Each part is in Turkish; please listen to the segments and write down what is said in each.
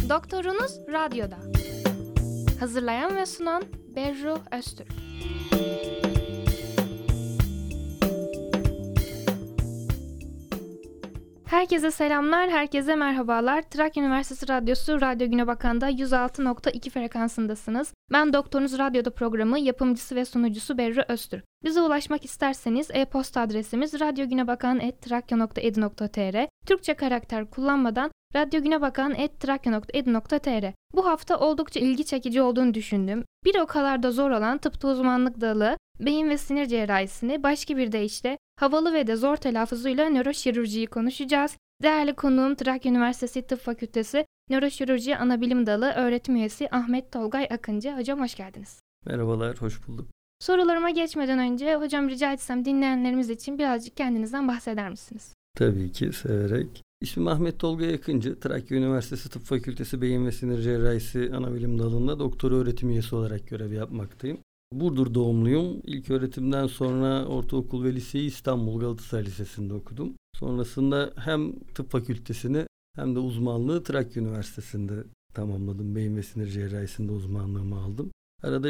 Doktorunuz Radyo'da. Hazırlayan ve sunan Berru Öztürk. Herkese selamlar, herkese merhabalar. Trakya Üniversitesi Radyosu Radyo Günebakan'da 106.2 frekansındasınız. Ben Doktorunuz Radyo'da programı yapımcısı ve sunucusu Berru Öztürk. Bize ulaşmak isterseniz e-posta adresimiz radyogunebakan@trakya.edu.tr, Türkçe karakter kullanmadan radyogunebakan@trakya.edu.tr. Bu hafta oldukça ilgi çekici olduğunu düşündüm. Bir o kadar da zor olan tıpta uzmanlık dalı, beyin ve sinir cerrahisini, başka bir deyişle havalı ve de zor telaffuzuyla nöroşirurjiyi konuşacağız. Değerli konuğum Trakya Üniversitesi Tıp Fakültesi Nöroşirurji Anabilim Dalı öğretim üyesi Ahmet Tolgay Akıncı. Hocam hoş geldiniz. Merhabalar, hoş bulduk. Sorularıma geçmeden önce hocam rica etsem dinleyenlerimiz için birazcık kendinizden bahseder misiniz? Tabii ki, severek. İsmim Ahmet Tolgay Akıncı. Trakya Üniversitesi Tıp Fakültesi Beyin ve Sinir Cerrahisi Anabilim Dalı'nda doktora öğretim üyesi olarak görev yapmaktayım. Burdur doğumluyum. İlk öğretimden sonra ortaokul ve liseyi İstanbul Galatasaray Lisesi'nde okudum. Sonrasında hem tıp fakültesini hem de uzmanlığı Trakya Üniversitesi'nde tamamladım. Beyin ve sinir cerrahisinde uzmanlığımı aldım. Arada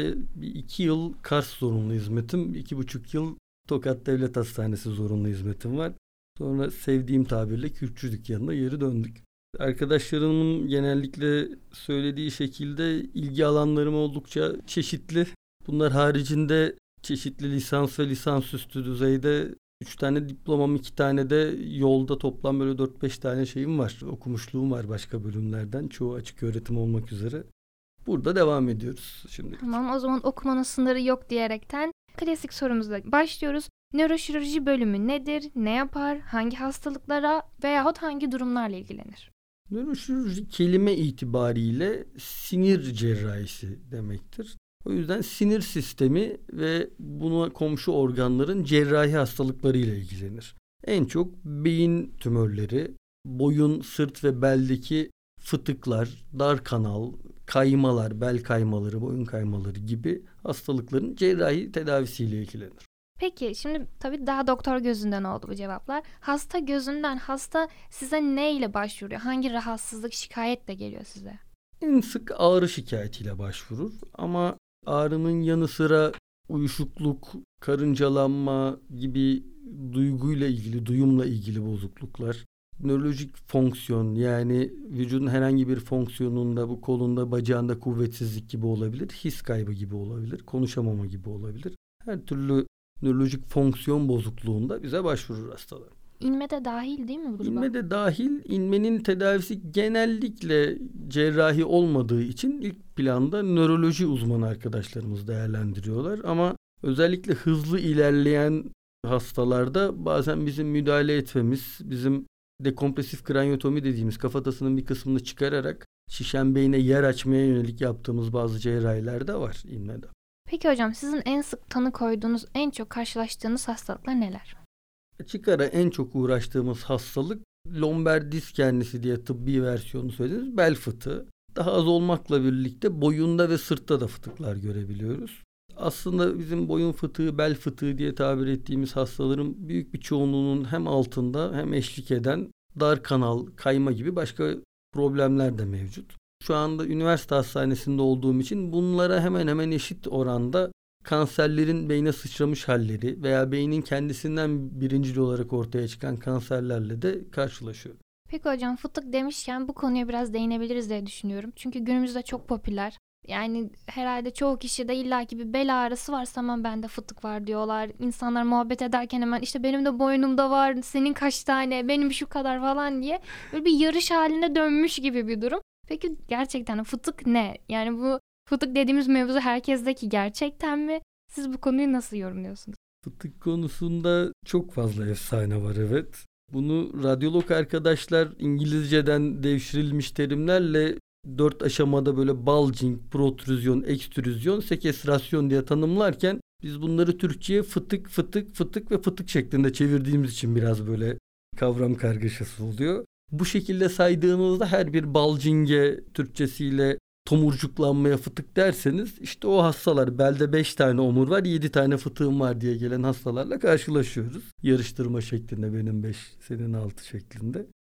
2 yıl Kars zorunlu hizmetim, 2,5 yıl Tokat Devlet Hastanesi zorunlu hizmetim var. Sonra sevdiğim tabirle Kürkçü dükkanına geri döndük. Arkadaşlarımın genellikle söylediği şekilde ilgi alanlarım oldukça çeşitli. Bunlar haricinde çeşitli lisans ve lisansüstü düzeyde 3 tane diplomam, 2 tane de yolda toplam böyle 4-5 tane şeyim var. Okumuşluğum var başka bölümlerden. Çoğu açık öğretim olmak üzere. Burada devam ediyoruz şimdi. Tamam, o zaman okumanın sınırı yok diyerekten klasik sorumuzla başlıyoruz. Nöroşirurji bölümü nedir? Ne yapar? Hangi hastalıklara veyahut hangi durumlarla ilgilenir? Nöroşirurji kelime itibariyle sinir cerrahisi demektir. O yüzden sinir sistemi ve buna komşu organların cerrahi hastalıklarıyla ilgilenir. En çok beyin tümörleri, boyun, sırt ve beldeki fıtıklar, dar kanal, kaymalar, bel kaymaları, boyun kaymaları gibi hastalıkların cerrahi tedavisiyle ilgilenir. Peki şimdi tabii daha doktor gözünden oldu bu cevaplar. Hasta gözünden hasta size ne ile başvuruyor? Hangi rahatsızlık, şikayetle geliyor size? En sık ağrı şikayetiyle başvurur ama ağrının yanı sıra uyuşukluk, karıncalanma gibi duyguyla ilgili, duyumla ilgili bozukluklar, nörolojik fonksiyon yani vücudun herhangi bir fonksiyonunda, bu kolunda, bacağında kuvvetsizlik gibi olabilir, his kaybı gibi olabilir, konuşamama gibi olabilir. Her türlü nörolojik fonksiyon bozukluğunda bize başvurur hastalar. İnme de dahil değil mi bu gruba? İnme de dahil. İnmenin tedavisi genellikle cerrahi olmadığı için ilk planda nöroloji uzmanı arkadaşlarımız değerlendiriyorlar. Ama özellikle hızlı ilerleyen hastalarda bazen bizim müdahale etmemiz, bizim dekompresif kraniotomi dediğimiz kafatasının bir kısmını çıkararak şişen beyne yer açmaya yönelik yaptığımız bazı cerrahiler de var inmede. Peki hocam sizin en sık tanı koyduğunuz, en çok karşılaştığınız hastalıklar neler? Açık ara en çok uğraştığımız hastalık lomber disk herniası diye tıbbi versiyonu söylediğimiz bel fıtığı. Daha az olmakla birlikte boyunda ve sırtta da fıtıklar görebiliyoruz. Aslında bizim boyun fıtığı, bel fıtığı diye tabir ettiğimiz hastaların büyük bir çoğunluğunun hem altında hem eşlik eden dar kanal, kayma gibi başka problemler de mevcut. Şu anda üniversite hastanesinde olduğum için bunlara hemen hemen eşit oranda kanserlerin beyne sıçramış halleri veya beynin kendisinden birincil olarak ortaya çıkan kanserlerle de karşılaşıyorum. Peki hocam fıtık demişken bu konuya biraz değinebiliriz diye düşünüyorum. Çünkü günümüzde çok popüler. Yani herhalde çoğu kişide illaki bir bel ağrısı varsa hemen bende fıtık var diyorlar. İnsanlar muhabbet ederken hemen işte benim de boynumda var, senin kaç tane, benim şu kadar falan diye böyle bir yarış haline dönmüş gibi bir durum. Peki gerçekten fıtık ne? Yani bu fıtık dediğimiz mevzu herkesteki gerçekten mi? Siz bu konuyu nasıl yorumluyorsunuz? Fıtık konusunda çok fazla efsane var, evet. Bunu radyolog arkadaşlar İngilizceden devşirilmiş terimlerle 4 aşamada böyle bulging, protrüzyon, ekstrüzyon, sekestrasyon diye tanımlarken biz bunları Türkçe'ye fıtık, fıtık, fıtık ve fıtık şeklinde çevirdiğimiz için biraz böyle kavram kargaşası oluyor. Bu şekilde saydığınızda her bir bulging'e Türkçesiyle tomurcuklanmaya fıtık derseniz işte o hastalar belde 5 tane omur var 7 tane fıtığım var diye gelen hastalarla karşılaşıyoruz. Yarıştırma şeklinde benim 5 senin 6 şeklinde.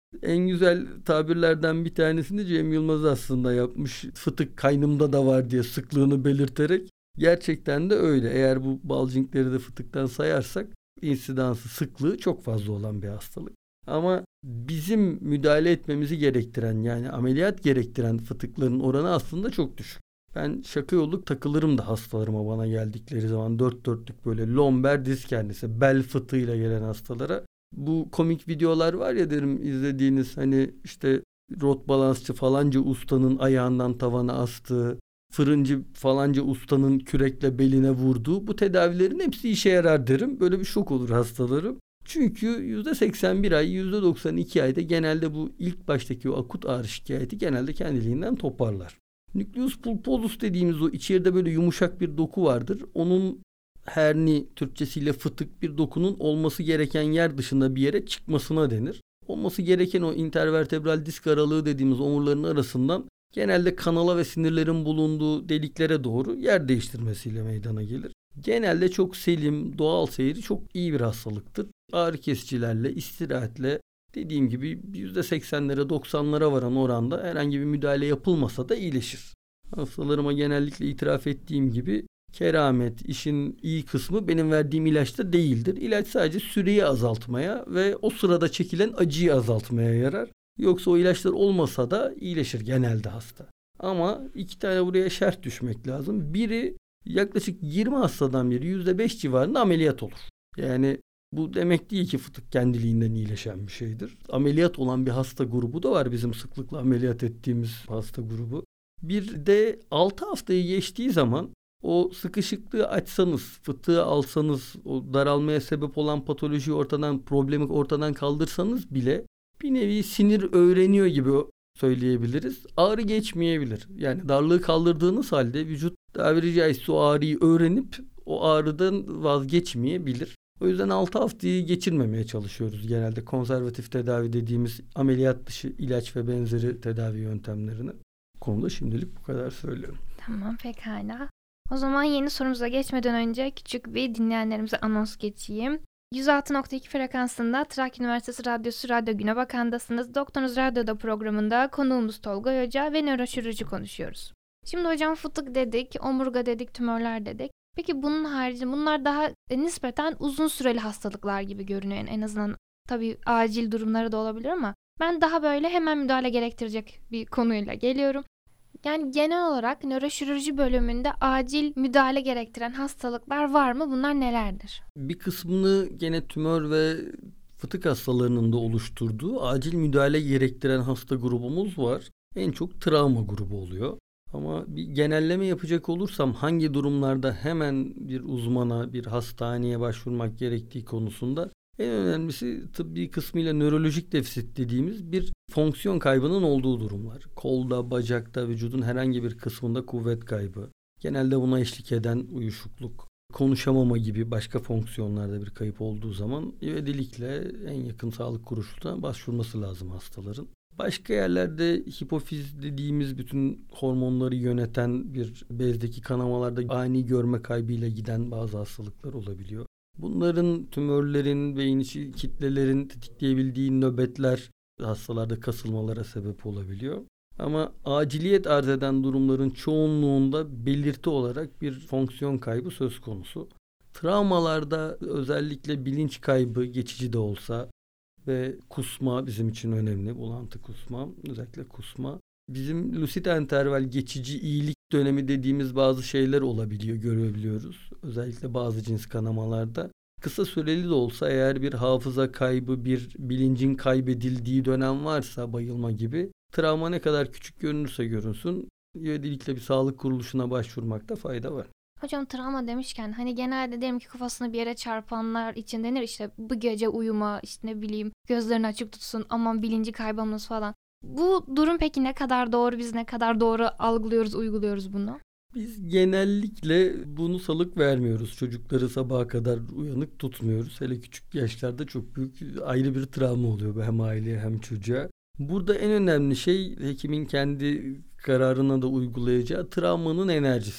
En güzel tabirlerden bir tanesini Cem Yılmaz aslında yapmış. Fıtık kaynımda da var diye sıklığını belirterek. Gerçekten de öyle. Eğer bu Balcingleri de fıtıktan sayarsak insidansı, sıklığı çok fazla olan bir hastalık. Ama bizim müdahale etmemizi gerektiren, yani ameliyat gerektiren fıtıkların oranı aslında çok düşük. Ben şaka yolluk takılırım da hastalarıma bana geldikleri zaman dört dörtlük böyle lomber diz kendisi, bel fıtığıyla gelen hastalara. Bu komik videolar var ya derim izlediğiniz, hani işte rot balansçı falanca ustanın ayağından tavana astığı, fırıncı falanca ustanın kürekle beline vurduğu, bu tedavilerin hepsi işe yarar derim. Böyle bir şok olur hastalarım. Çünkü %81 ay, %92 ayda genelde bu ilk baştaki o akut ağrı şikayeti genelde kendiliğinden toparlar. Nucleus pulposus dediğimiz o içeride böyle yumuşak bir doku vardır. Onun herni, Türkçesiyle fıtık, bir dokunun olması gereken yer dışında bir yere çıkmasına denir. Olması gereken o intervertebral disk aralığı dediğimiz omurların arasından genelde kanala ve sinirlerin bulunduğu deliklere doğru yer değiştirmesiyle meydana gelir. Genelde çok selim, doğal seyri çok iyi bir hastalıktır. Ağrı kesicilerle, istirahatle, dediğim gibi %80'lere 90'lara varan oranda herhangi bir müdahale yapılmasa da iyileşir. Hastalarıma genellikle itiraf ettiğim gibi keramet, işin iyi kısmı benim verdiğim ilaçta değildir. İlaç sadece süreyi azaltmaya ve o sırada çekilen acıyı azaltmaya yarar. Yoksa o ilaçlar olmasa da iyileşir genelde hasta. Ama iki tane buraya şart düşmek lazım. Biri, yaklaşık 20 hastadan biri %5 civarında ameliyat olur. Yani bu demek değil ki fıtık kendiliğinden iyileşen bir şeydir. Ameliyat olan bir hasta grubu da var, bizim sıklıkla ameliyat ettiğimiz hasta grubu. Bir de 6 haftayı geçtiği zaman o sıkışıklığı açsanız, fıtığı alsanız, o daralmaya sebep olan patolojiyi ortadan, problemi ortadan kaldırsanız bile bir nevi sinir öğreniyor gibi söyleyebiliriz. Ağrı geçmeyebilir. Yani darlığı kaldırdığınız halde vücut tabiri caizse o ağrıyı öğrenip o ağrıdan vazgeçmeyebilir. O yüzden 6 haftayı geçirmemeye çalışıyoruz genelde konservatif tedavi dediğimiz ameliyat dışı ilaç ve benzeri tedavi yöntemlerini. Bu konuda şimdilik bu kadar söylüyorum. Tamam, pekala. O zaman yeni sorumuza geçmeden önce küçük bir dinleyenlerimize anons geçeyim. 106.2 frekansında Trakya Üniversitesi Radyosu Radyo Güne Bakan'dasınız. Doktorunuz Radyo'da programında konuğumuz Tolga Hoca ve nöroşirurji konuşuyoruz. Şimdi hocam fıtık dedik, omurga dedik, tümörler dedik. Peki bunun haricinde bunlar daha nispeten uzun süreli hastalıklar gibi görünüyor. Yani en azından tabii acil durumları da olabilir ama ben daha böyle hemen müdahale gerektirecek bir konuyla geliyorum. Yani genel olarak nöroşirurji bölümünde acil müdahale gerektiren hastalıklar var mı? Bunlar nelerdir? Bir kısmını gene tümör ve fıtık hastalarının da oluşturduğu acil müdahale gerektiren hasta grubumuz var. En çok travma grubu oluyor. Ama bir genelleme yapacak olursam hangi durumlarda hemen bir uzmana, bir hastaneye başvurmak gerektiği konusunda en önemlisi tıbbi kısmıyla nörolojik defisit dediğimiz bir fonksiyon kaybının olduğu durumlar. Kolda, bacakta, vücudun herhangi bir kısmında kuvvet kaybı. Genelde buna eşlik eden uyuşukluk, konuşamama gibi başka fonksiyonlarda bir kayıp olduğu zaman ivedilikle en yakın sağlık kuruluşuna başvurması lazım hastaların. Başka yerlerde hipofiz dediğimiz bütün hormonları yöneten bir bezdeki kanamalarda ani görme kaybıyla giden bazı hastalıklar olabiliyor. Bunların, tümörlerin, beyin içi kitlelerin tetikleyebildiği nöbetler hastalarda kasılmalara sebep olabiliyor. Ama aciliyet arz eden durumların çoğunluğunda belirti olarak bir fonksiyon kaybı söz konusu. Travmalarda özellikle bilinç kaybı geçici de olsa ve kusma bizim için önemli. Bulantı kusma, özellikle kusma. Bizim lucid enterval geçici iyilik dönemi dediğimiz bazı şeyler olabiliyor, görebiliyoruz. Özellikle bazı cins kanamalarda. Kısa süreli de olsa eğer bir hafıza kaybı, bir bilincin kaybedildiği dönem varsa bayılma gibi, travma ne kadar küçük görünürse görünsün, ivedilikle bir sağlık kuruluşuna başvurmakta fayda var. Hocam travma demişken hani genelde diyelim ki kafasını bir yere çarpanlar için denir işte bu gece uyuma, işte ne bileyim gözlerini açık tutsun, aman bilinci kaybolması falan. Bu durum peki ne kadar doğru, biz ne kadar doğru algılıyoruz, uyguluyoruz bunu? Biz genellikle bunu salık vermiyoruz. Çocukları sabaha kadar uyanık tutmuyoruz. Hele küçük yaşlarda çok büyük ayrı bir travma oluyor hem aileye hem çocuğa. Burada en önemli şey hekimin kendi kararına da uygulayacağı travmanın enerjisi.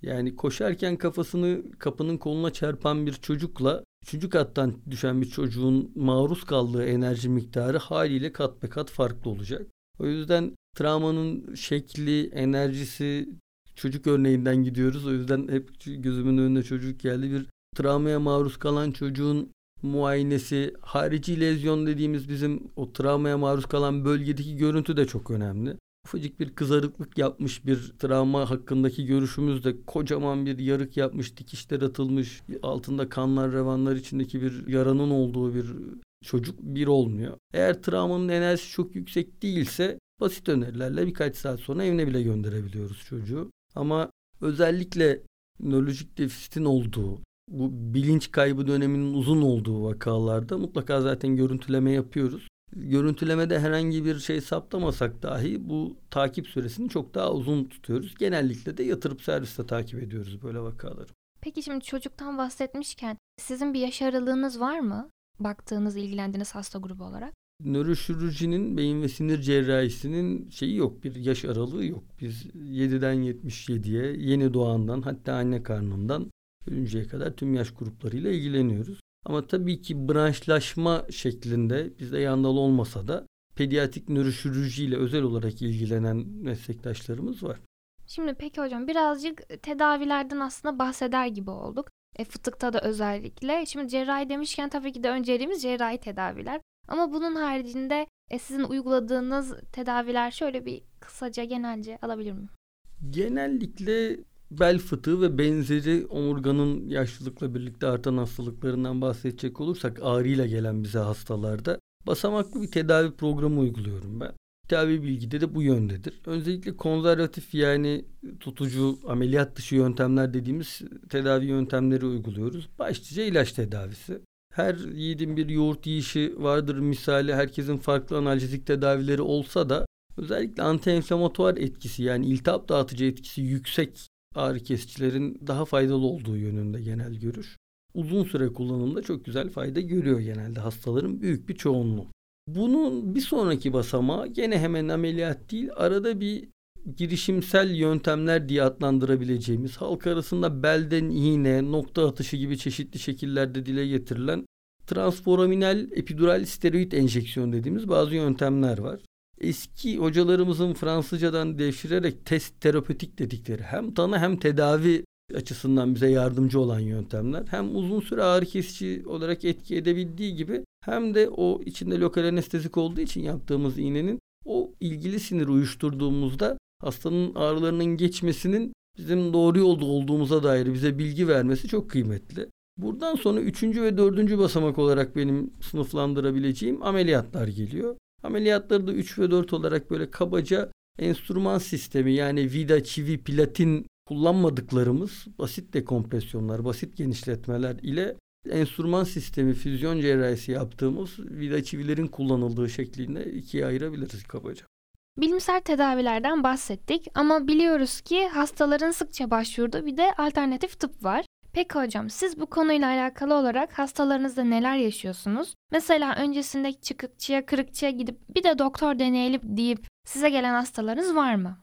Yani koşarken kafasını kapının koluna çarpan bir çocukla 3. kattan düşen bir çocuğun maruz kaldığı enerji miktarı haliyle kat be kat farklı olacak. O yüzden travmanın şekli, enerjisi, çocuk örneğinden gidiyoruz. O yüzden hep gözümün önüne çocuk geldi. Bir travmaya maruz kalan çocuğun muayenesi, harici lezyon dediğimiz bizim o travmaya maruz kalan bölgedeki görüntü de çok önemli. Ufacık bir kızarıklık yapmış bir travma hakkındaki görüşümüzde kocaman bir yarık yapmış, dikişler atılmış, altında kanlar, revanlar içindeki bir yaranın olduğu bir çocuk bir olmuyor. Eğer travmanın enerjisi çok yüksek değilse basit önerilerle birkaç saat sonra evine bile gönderebiliyoruz çocuğu. Ama özellikle nörolojik defisitin olduğu, bu bilinç kaybı döneminin uzun olduğu vakalarda mutlaka zaten görüntüleme yapıyoruz. Görüntülemede herhangi bir şey saptamasak dahi bu takip süresini çok daha uzun tutuyoruz. Genellikle de yatırıp serviste takip ediyoruz böyle vakaları. Peki şimdi çocuktan bahsetmişken sizin bir yaş aralığınız var mı? Baktığınız, ilgilendiğiniz hasta grubu olarak. Nöroşirurjinin, beyin ve sinir cerrahisinin şeyi yok, bir yaş aralığı yok. Biz 7'den 77'ye, yeni doğandan, hatta anne karnından ölünceye kadar tüm yaş gruplarıyla ilgileniyoruz. Ama tabii ki branşlaşma şeklinde bizde yandalı olmasa da pediatrik nöroşirurjiyle özel olarak ilgilenen meslektaşlarımız var. Şimdi peki hocam birazcık tedavilerden aslında bahseder gibi olduk. Fıtıkta da özellikle. Şimdi cerrahi demişken tabii ki de önceliğimiz cerrahi tedaviler. Ama bunun haricinde sizin uyguladığınız tedaviler şöyle bir kısaca genelce alabilir miyim? Genellikle bel fıtığı ve benzeri omurganın yaşlılıkla birlikte artan hastalıklarından bahsedecek olursak ağrıyla gelen bize hastalarda basamaklı bir tedavi programı uyguluyorum ben. Tedavi bilgide de bu yöndedir. Öncelikle konservatif yani tutucu ameliyat dışı yöntemler dediğimiz tedavi yöntemleri uyguluyoruz. Başlıca ilaç tedavisi. Her yiğidin bir yoğurt yiyişi vardır misali, herkesin farklı analjezik tedavileri olsa da özellikle anti-enflamatuar etkisi yani iltihap dağıtıcı etkisi yüksek ağrı kesicilerin daha faydalı olduğu yönünde genel görüş. Uzun süre kullanımda çok güzel fayda görüyor genelde hastaların büyük bir çoğunluğu. Bunun bir sonraki basamağı gene hemen ameliyat değil, arada bir girişimsel yöntemler diye adlandırabileceğimiz, halk arasında belden iğne, nokta atışı gibi çeşitli şekillerde dile getirilen transforaminal epidural steroid enjeksiyon dediğimiz bazı yöntemler var. Eski hocalarımızın Fransızcadan devşirerek test terapötik dedikleri hem tanı hem tedavi açısından bize yardımcı olan yöntemler. Hem uzun süre ağrı kesici olarak etki edebildiği gibi hem de o içinde lokal anestezik olduğu için yaptığımız iğnenin o ilgili siniri uyuşturduğumuzda hastanın ağrılarının geçmesinin bizim doğru yolda olduğumuza dair bize bilgi vermesi çok kıymetli. Buradan sonra 3. ve 4. basamak olarak benim sınıflandırabileceğim ameliyatlar geliyor. Ameliyatları da 3 ve 4 olarak böyle kabaca enstrüman sistemi yani vida, çivi, platin kullanmadıklarımız basit dekompresyonlar, basit genişletmeler ile enstrüman sistemi füzyon cerrahisi yaptığımız vida çivilerin kullanıldığı şeklinde ikiye ayırabiliriz kabaca. Bilimsel tedavilerden bahsettik ama biliyoruz ki hastaların sıkça başvurduğu bir de alternatif tıp var. Peki hocam siz bu konuyla alakalı olarak hastalarınızda neler yaşıyorsunuz? Mesela öncesinde çıkıkçıya, kırıkçıya gidip bir de doktor deneyelim deyip size gelen hastalarınız var mı?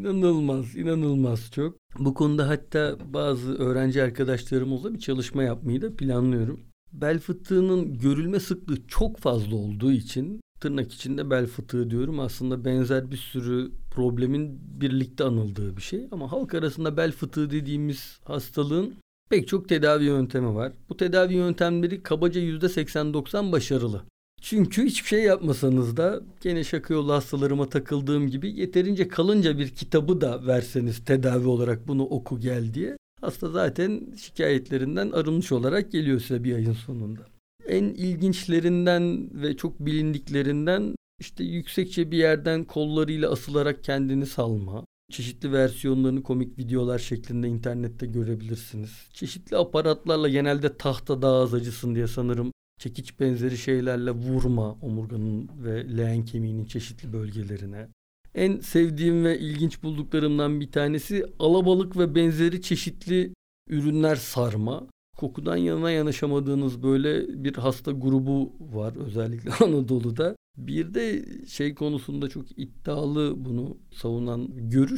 İnanılmaz çok. Bu konuda hatta bazı öğrenci arkadaşlarımızla bir çalışma yapmayı da planlıyorum. Bel fıtığının görülme sıklığı çok fazla olduğu için tırnak içinde bel fıtığı diyorum. Aslında benzer bir sürü problemin birlikte anıldığı bir şey. Ama halk arasında bel fıtığı dediğimiz hastalığın pek çok tedavi yöntemi var. Bu tedavi yöntemleri kabaca %80-90 başarılı. Çünkü hiçbir şey yapmasanız da gene şaka yolu hastalarıma takıldığım gibi yeterince kalınca bir kitabı da verseniz tedavi olarak bunu oku gel diye hasta zaten şikayetlerinden arınmış olarak geliyor size bir ayın sonunda. En ilginçlerinden ve çok bilindiklerinden işte yüksekçe bir yerden kollarıyla asılarak kendini salma. Çeşitli versiyonlarını komik videolar şeklinde internette görebilirsiniz. Çeşitli aparatlarla genelde tahta daha az acısın diye sanırım çekiç benzeri şeylerle vurma omurganın ve leğen kemiğinin çeşitli bölgelerine. En sevdiğim ve ilginç bulduklarımdan bir tanesi alabalık ve benzeri çeşitli ürünler sarma. Kokudan yanına yanaşamadığınız böyle bir hasta grubu var özellikle Anadolu'da. Bir de şey konusunda çok iddialı bunu savunan görüş.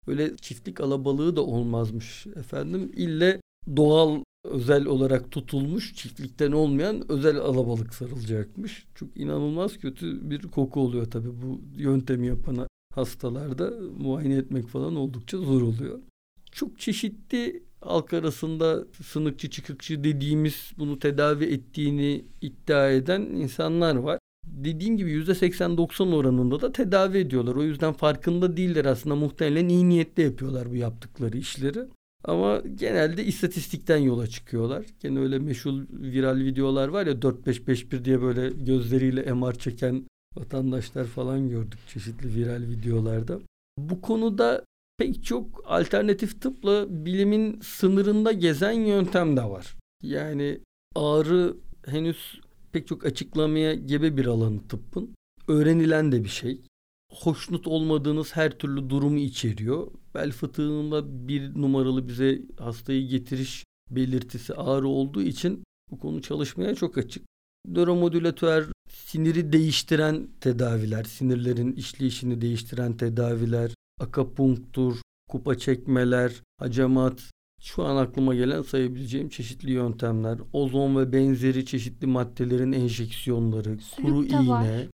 Böyle çiftlik alabalığı da olmazmış efendim. İlle doğal özel olarak tutulmuş çiftlikten olmayan özel alabalık sarılacakmış. Çok inanılmaz kötü bir koku oluyor tabii bu yöntemi yapan hastalarda. Muayene etmek falan oldukça zor oluyor. Çok çeşitli halk arasında sınıkçı çıkıkçı dediğimiz bunu tedavi ettiğini iddia eden insanlar var. Dediğim gibi %80-90 oranında da tedavi ediyorlar. O yüzden farkında değiller aslında, muhtemelen iyi niyetle yapıyorlar bu yaptıkları işleri. Ama genelde istatistikten yola çıkıyorlar. Gene öyle meşhur viral videolar var ya, 4-5-5-1 diye böyle gözleriyle MR çeken vatandaşlar falan gördük çeşitli viral videolarda. Bu konuda pek çok alternatif tıpla bilimin sınırında gezen yöntem de var. Yani ağrı henüz pek çok açıklamaya gebe bir alanı tıbbın. Öğrenilen de bir şey. Hoşnut olmadığınız her türlü durumu içeriyor. Bel fıtığında bir numaralı bize hastayı getiriş belirtisi ağrı olduğu için bu konu çalışmaya çok açık. Nöromodülatör, siniri değiştiren tedaviler, sinirlerin işleyişini değiştiren tedaviler, akupunktur, kupa çekmeler, hacamat, şu an aklıma gelen sayabileceğim çeşitli yöntemler, ozon ve benzeri çeşitli maddelerin enjeksiyonları, kuru iğne,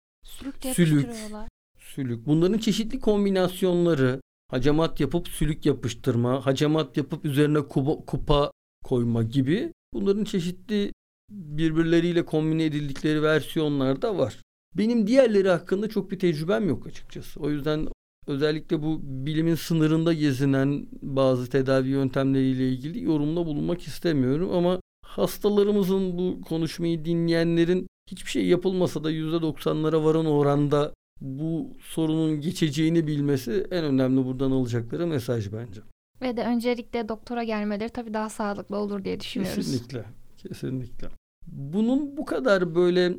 sülük. Bunların çeşitli kombinasyonları, hacamat yapıp sülük yapıştırma, hacamat yapıp üzerine kupa koyma gibi bunların çeşitli birbirleriyle kombine edildikleri versiyonlar da var. Benim diğerleri hakkında çok bir tecrübem yok açıkçası. O yüzden özellikle bu bilimin sınırında gezinen bazı tedavi yöntemleriyle ilgili yorumda bulunmak istemiyorum ama hastalarımızın, bu konuşmayı dinleyenlerin hiçbir şey yapılmasa da %90'lara varan oranda bu sorunun geçeceğini bilmesi en önemli buradan alacakları mesaj bence. Ve de öncelikle doktora gelmeleri tabii daha sağlıklı olur diye düşünüyoruz. Kesinlikle. Bunun bu kadar böyle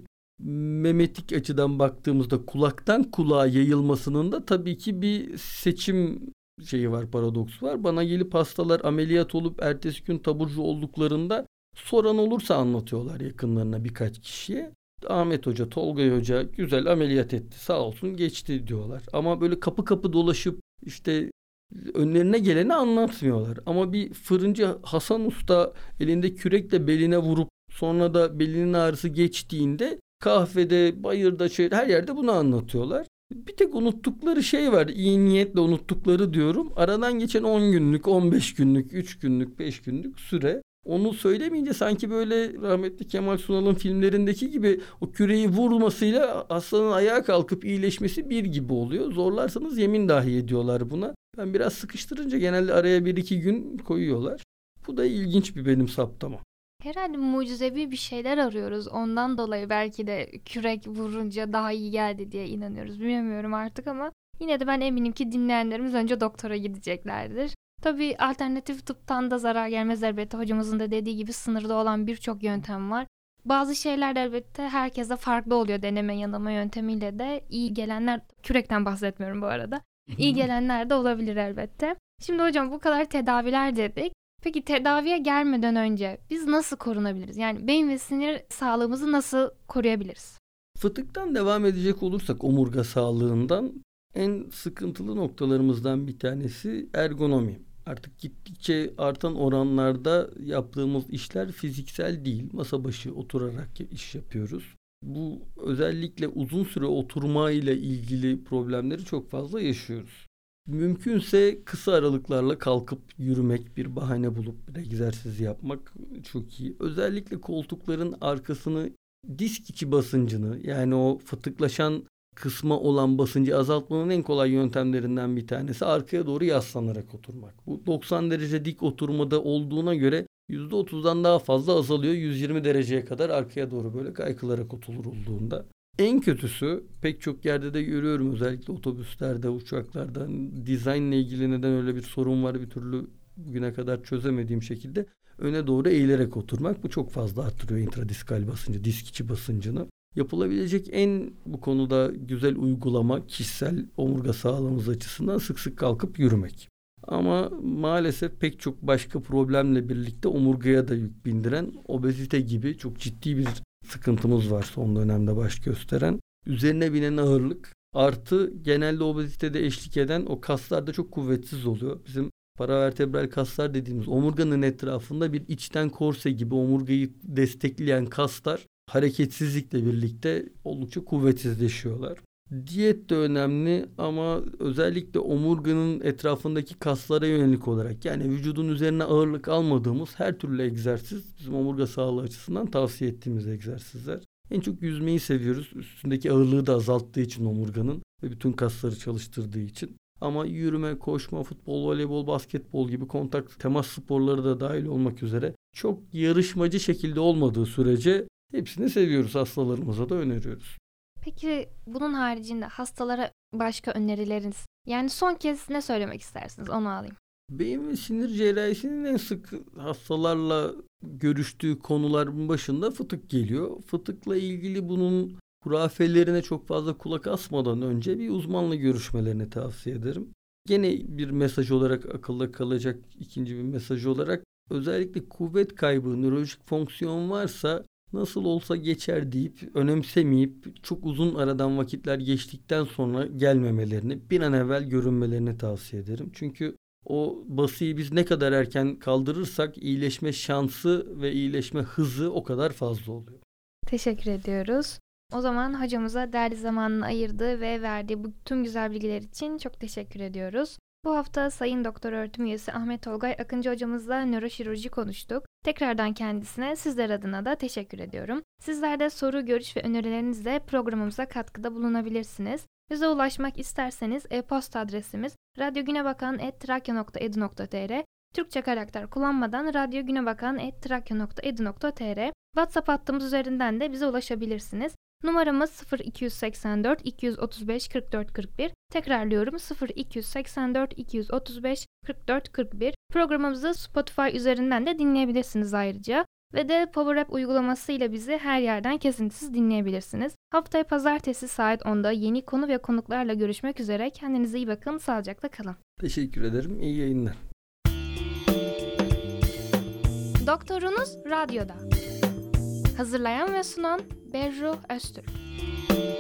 memetik açıdan baktığımızda kulaktan kulağa yayılmasının da tabii ki bir seçim şeyi var, paradoksu var. Bana gelip hastalar ameliyat olup ertesi gün taburcu olduklarında soran olursa anlatıyorlar yakınlarına, birkaç kişiye. Ahmet Hoca, Tolga Hoca güzel ameliyat etti, sağ olsun geçti diyorlar. Ama böyle kapı kapı dolaşıp işte önlerine geleni anlatmıyorlar. Ama bir fırıncı Hasan Usta elinde kürekle beline vurup sonra da belinin ağrısı geçtiğinde kahvede, bayırda, her yerde bunu anlatıyorlar. Bir tek unuttukları şey var. İyi niyetle unuttukları diyorum. Aradan geçen 10 günlük, 15 günlük, 3 günlük, 5 günlük süre. Onu söylemeyince sanki böyle rahmetli Kemal Sunal'ın filmlerindeki gibi o küreği vurmasıyla hastanın ayağa kalkıp iyileşmesi bir gibi oluyor. Zorlarsanız yemin dahi ediyorlar buna. Ben biraz sıkıştırınca genelde araya 1-2 gün koyuyorlar. Bu da ilginç bir benim saptama. Herhalde mucizevi bir şeyler arıyoruz. Ondan dolayı belki de kürek vurunca daha iyi geldi diye inanıyoruz. Bilmiyorum artık ama yine de ben eminim ki dinleyenlerimiz önce doktora gideceklerdir. Tabii alternatif tıptan da zarar gelmez elbette. Hocamızın da dediği gibi sınırda olan birçok yöntem var. Bazı şeyler de elbette herkese farklı oluyor, deneme yanılma yöntemiyle de. İyi gelenler, kürekten bahsetmiyorum bu arada. İyi gelenler de olabilir elbette. Şimdi hocam bu kadar tedaviler dedik. Peki tedaviye gelmeden önce biz nasıl korunabiliriz? Yani beyin ve sinir sağlığımızı nasıl koruyabiliriz? Fıtıktan devam edecek olursak omurga sağlığından en sıkıntılı noktalarımızdan bir tanesi ergonomi. Artık gittikçe artan oranlarda yaptığımız işler fiziksel değil. Masa başı oturarak iş yapıyoruz. Bu özellikle uzun süre oturma ile ilgili problemleri çok fazla yaşıyoruz. Mümkünse kısa aralıklarla kalkıp yürümek, bir bahane bulup bir egzersiz yapmak çok iyi. Özellikle koltukların arkasını, disk içi basıncını, yani o fıtıklaşan kısma olan basıncı azaltmanın en kolay yöntemlerinden bir tanesi arkaya doğru yaslanarak oturmak. Bu 90 derece dik oturmada olduğuna göre %30'dan daha fazla azalıyor 120 dereceye kadar arkaya doğru böyle kaykılarak oturulduğunda. En kötüsü, pek çok yerde de görüyorum, özellikle otobüslerde, uçaklarda, dizaynla ilgili neden öyle bir sorun var bir türlü bugüne kadar çözemediğim şekilde öne doğru eğilerek oturmak. Bu çok fazla arttırıyor intradiskal basıncı, disk içi basıncını. Yapılabilecek en bu konuda güzel uygulama, kişisel omurga sağlığımız açısından sık sık kalkıp yürümek. Ama maalesef pek çok başka problemle birlikte omurgaya da yük bindiren obezite gibi çok ciddi bir sıkıntımız var son dönemde baş gösteren. Üzerine binen ağırlık Artı genelde obezitede eşlik eden o kaslar da çok kuvvetsiz oluyor. Bizim paravertebral kaslar dediğimiz omurganın etrafında bir içten korse gibi omurgayı destekleyen kaslar hareketsizlikle birlikte oldukça kuvvetsizleşiyorlar. Diyet de önemli ama özellikle omurganın etrafındaki kaslara yönelik olarak, yani vücudun üzerine ağırlık almadığımız her türlü egzersiz bizim omurga sağlığı açısından tavsiye ettiğimiz egzersizler. En çok yüzmeyi seviyoruz. Üstündeki ağırlığı da azalttığı için omurganın ve bütün kasları çalıştırdığı için. Ama yürüme, koşma, futbol, voleybol, basketbol gibi kontak temas sporları da dahil olmak üzere çok yarışmacı şekilde olmadığı sürece hepsini seviyoruz. Hastalarımıza da öneriyoruz. Peki bunun haricinde hastalara başka önerileriniz? Yani son kez ne söylemek istersiniz, onu alayım. Beyin ve sinir cerrahisinin en sık hastalarla görüştüğü konuların başında fıtık geliyor. Fıtıkla ilgili bunun hurafelerine çok fazla kulak asmadan önce bir uzmanla görüşmelerini tavsiye ederim. Gene bir mesaj olarak, akılda kalacak ikinci bir mesaj olarak, özellikle kuvvet kaybı, nörolojik fonksiyon varsa nasıl olsa geçer deyip önemsemeyip çok uzun aradan vakitler geçtikten sonra gelmemelerini, bir an evvel görünmelerini tavsiye ederim. Çünkü o basıyı biz ne kadar erken kaldırırsak iyileşme şansı ve iyileşme hızı o kadar fazla oluyor. Teşekkür ediyoruz. O zaman hocamıza değerli zamanını ayırdığı ve verdiği bu tüm güzel bilgiler için çok teşekkür ediyoruz. Bu hafta Sayın Doktor Öğretim Üyesi Ahmet Tolgay Akıncı hocamızla nöroşirurji konuştuk. Tekrardan kendisine sizler adına da teşekkür ediyorum. Sizler de soru, görüş ve önerilerinizle programımıza katkıda bulunabilirsiniz. Bize ulaşmak isterseniz e-posta adresimiz radyogunebakan@trakya.edu.tr, Türkçe karakter kullanmadan radyogunebakan@trakya.edu.tr, WhatsApp hattımız üzerinden de bize ulaşabilirsiniz. Numaramız 0284 235 44 41. Tekrarlıyorum, 0284 235 44 41. Programımızı Spotify üzerinden de dinleyebilirsiniz ayrıca. Ve de Power App uygulamasıyla bizi her yerden kesintisiz dinleyebilirsiniz. Haftaya pazartesi saat 10'da yeni konu ve konuklarla görüşmek üzere. Kendinize iyi bakın, sağlıcakla kalın. Teşekkür ederim, iyi yayınlar. Doktorunuz Radyo'da. Hazırlayan ve sunan Berru Öztürk.